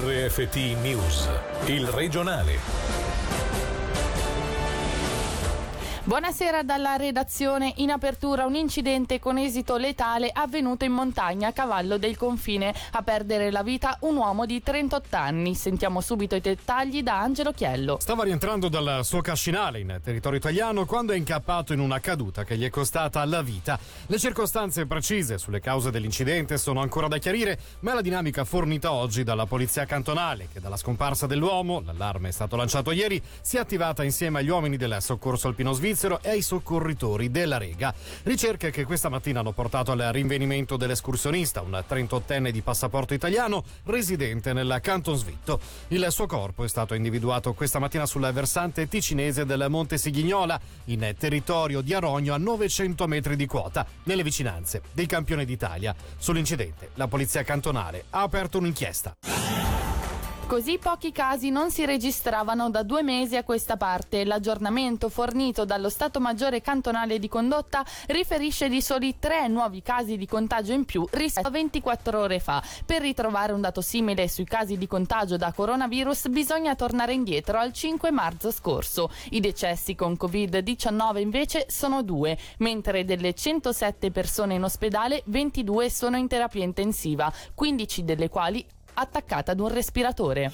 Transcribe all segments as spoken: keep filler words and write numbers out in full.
R F T News, il regionale. Buonasera dalla redazione. In apertura un incidente con esito letale avvenuto in montagna a cavallo del confine. A perdere la vita un uomo di trentotto anni. Sentiamo subito i dettagli da Angelo Chiello. Stava rientrando dal suo cascinale in territorio italiano quando è incappato in una caduta che gli è costata la vita. Le circostanze precise sulle cause dell'incidente sono ancora da chiarire, ma è la dinamica fornita oggi dalla polizia cantonale che dalla scomparsa dell'uomo, l'allarme è stato lanciato ieri, si è attivata insieme agli uomini del soccorso alpino svizzero e ai soccorritori della Rega. Ricerche che questa mattina hanno portato al rinvenimento dell'escursionista, un trentottenne di passaporto italiano residente nel Canton Svitto. Il suo corpo è stato individuato questa mattina sul versante ticinese del Monte Sighignola, in territorio di Arogno, a novecento metri di quota, nelle vicinanze del campione d'Italia. Sull'incidente la polizia cantonale ha aperto un'inchiesta. Così pochi casi non si registravano da due mesi a questa parte. L'aggiornamento fornito dallo Stato Maggiore Cantonale di Condotta riferisce di soli tre nuovi casi di contagio in più rispetto a ventiquattro ore fa. Per ritrovare un dato simile sui casi di contagio da coronavirus bisogna tornare indietro al cinque marzo scorso. I decessi con covid diciannove invece sono due, mentre delle centosette persone in ospedale ventidue sono in terapia intensiva, quindici delle quali attaccata ad un respiratore.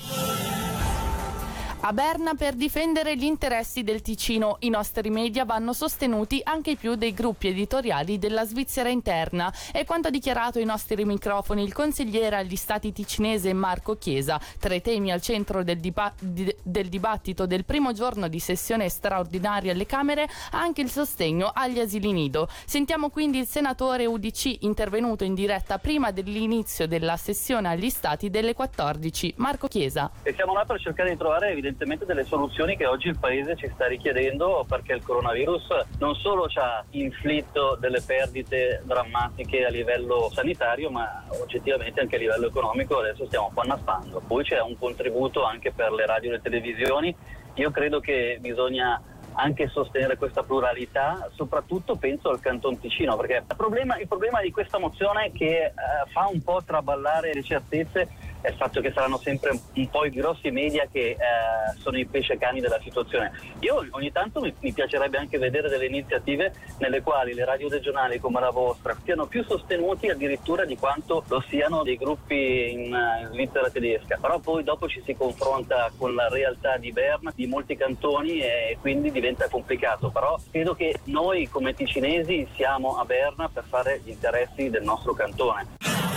A Berna, per difendere gli interessi del Ticino, i nostri media vanno sostenuti anche i più dei gruppi editoriali della Svizzera interna. È quanto ha dichiarato ai nostri microfoni il consigliere agli stati ticinese Marco Chiesa. Tra i temi al centro del, diba- di- del dibattito del primo giorno di sessione straordinaria alle Camere anche il sostegno agli asili nido. Sentiamo quindi il senatore U D C intervenuto in diretta prima dell'inizio della sessione agli stati delle quattordici. Marco Chiesa. E siamo là per cercare di trovare evidentemente delle soluzioni che oggi il Paese ci sta richiedendo, perché il coronavirus non solo ci ha inflitto delle perdite drammatiche a livello sanitario, ma oggettivamente anche a livello economico adesso stiamo un po' annaspando. Poi c'è un contributo anche per le radio e le televisioni. Io credo che bisogna anche sostenere questa pluralità, soprattutto penso al Canton Ticino, perché il problema, il problema di questa mozione che eh, fa un po' traballare le certezze è il fatto che saranno sempre un po' i grossi media che eh, sono i pescecani della situazione. Io ogni tanto mi, mi piacerebbe anche vedere delle iniziative nelle quali le radio regionali come la vostra siano più sostenuti addirittura di quanto lo siano dei gruppi in uh, Svizzera tedesca, però poi dopo ci si confronta con la realtà di Berna, di molti cantoni, e quindi diventa complicato. Però credo che noi come ticinesi siamo a Berna per fare gli interessi del nostro cantone.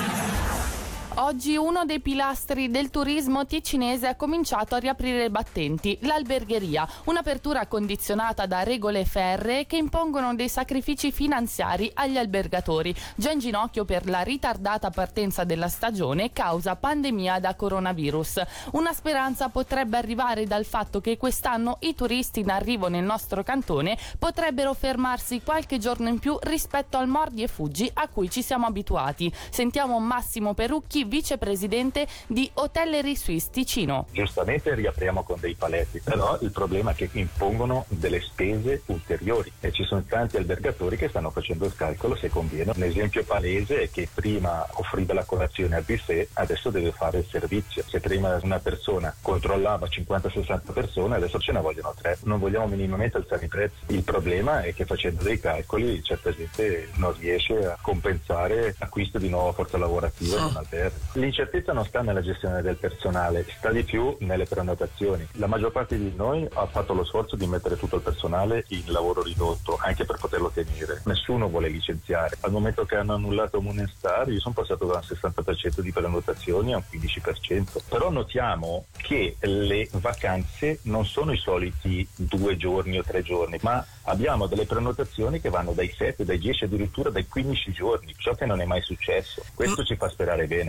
Oggi uno dei pilastri del turismo ticinese ha cominciato a riaprire i battenti, l'albergheria, un'apertura condizionata da regole ferree che impongono dei sacrifici finanziari agli albergatori, già in ginocchio per la ritardata partenza della stagione causa pandemia da coronavirus. Una speranza potrebbe arrivare dal fatto che quest'anno i turisti in arrivo nel nostro cantone potrebbero fermarsi qualche giorno in più rispetto al mordi e fuggi a cui ci siamo abituati. Sentiamo Massimo Perucchi, vicepresidente di Hotellerie Suisse Ticino. Giustamente riapriamo con dei paletti, però il problema è che impongono delle spese ulteriori e ci sono tanti albergatori che stanno facendo il calcolo se conviene. Un esempio palese è che prima offriva la colazione al buffet, adesso deve fare il servizio. Se prima una persona controllava cinquanta sessanta persone, adesso ce ne vogliono tre. Non vogliamo minimamente alzare i prezzi. Il problema è che facendo dei calcoli certa gente non riesce a compensare l'acquisto di nuova forza lavorativa in un albergo. L'incertezza non sta nella gestione del personale, sta di più nelle prenotazioni. La maggior parte di noi ha fatto lo sforzo di mettere tutto il personale in lavoro ridotto, anche per poterlo tenere. Nessuno vuole licenziare. Al momento che hanno annullato Moonstar, io sono passato da un sessanta per cento di prenotazioni a un quindici per cento. Però notiamo che le vacanze non sono i soliti due giorni o tre giorni, ma abbiamo delle prenotazioni che vanno dai sette, dai dieci, addirittura dai quindici giorni, ciò che non è mai successo. Questo ci fa sperare bene.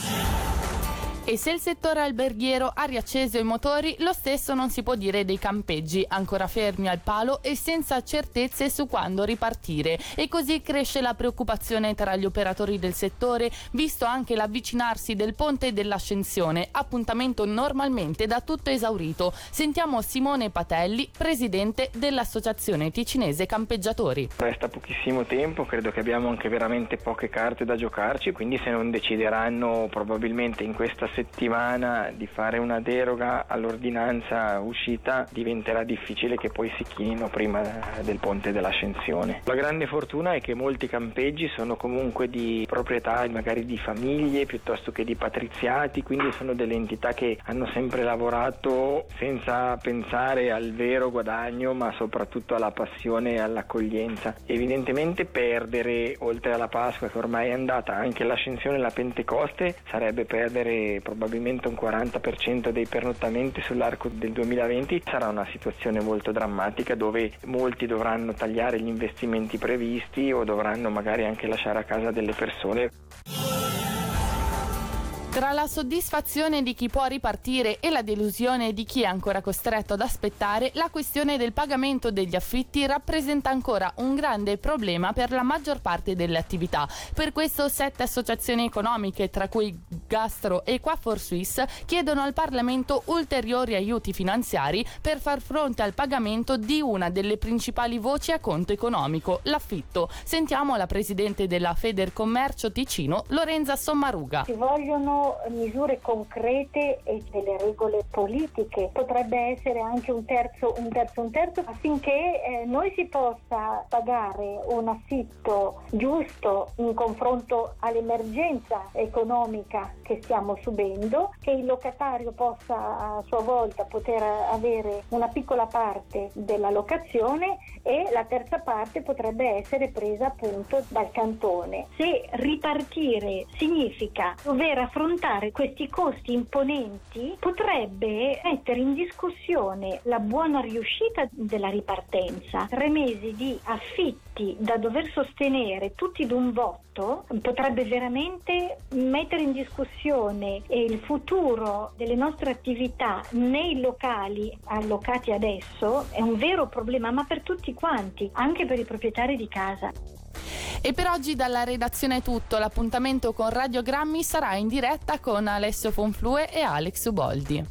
E se il settore alberghiero ha riacceso i motori, lo stesso non si può dire dei campeggi, ancora fermi al palo e senza certezze su quando ripartire. E così cresce la preoccupazione tra gli operatori del settore, visto anche l'avvicinarsi del ponte dell'Ascensione, appuntamento normalmente da tutto esaurito. Sentiamo Simone Patelli, presidente dell'Associazione Ticinese Campeggiatori. Resta pochissimo tempo, credo che abbiamo anche veramente poche carte da giocarci, quindi se non decideranno probabilmente in questa settimana di fare una deroga all'ordinanza uscita diventerà difficile che poi si chinino prima del ponte dell'Ascensione. La grande fortuna è che molti campeggi sono comunque di proprietà magari di famiglie piuttosto che di patriziati, quindi sono delle entità che hanno sempre lavorato senza pensare al vero guadagno, ma soprattutto alla passione e all'accoglienza. Evidentemente perdere, oltre alla Pasqua che ormai è andata, anche l'Ascensione e la Pentecoste sarebbe perdere probabilmente un quaranta per cento dei pernottamenti sull'arco del duemilaventi. Sarà una situazione molto drammatica dove molti dovranno tagliare gli investimenti previsti o dovranno magari anche lasciare a casa delle persone. Tra la soddisfazione di chi può ripartire e la delusione di chi è ancora costretto ad aspettare, la questione del pagamento degli affitti rappresenta ancora un grande problema per la maggior parte delle attività. Per questo sette associazioni economiche, tra cui Gastro e Coiffeur Suisse, chiedono al Parlamento ulteriori aiuti finanziari per far fronte al pagamento di una delle principali voci a conto economico, l'affitto. Sentiamo la presidente della Federcommercio Ticino, Lorenza Sommaruga. Ci vogliono misure concrete e delle regole politiche. Potrebbe essere anche un terzo, un terzo, un terzo affinché eh, noi si possa pagare un affitto giusto in confronto all'emergenza economica che stiamo subendo, che il locatario possa a sua volta poter avere una piccola parte della locazione e la terza parte potrebbe essere presa appunto dal cantone. Se ripartire significa dover affrontare questi costi imponenti, potrebbe mettere in discussione la buona riuscita della ripartenza. Tre mesi di affitti da dover sostenere tutti d'un botto potrebbe veramente mettere in discussione il futuro delle nostre attività nei locali allocati adesso. È un vero problema, ma per tutti quanti, anche per i proprietari di casa. E per oggi dalla redazione è tutto. L'appuntamento con Radiogrammi sarà in diretta con Alessio Fonflue e Alex Uboldi.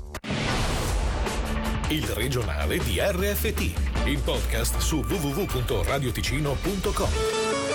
Il regionale di R F T, il podcast su w w w punto radioticino punto com.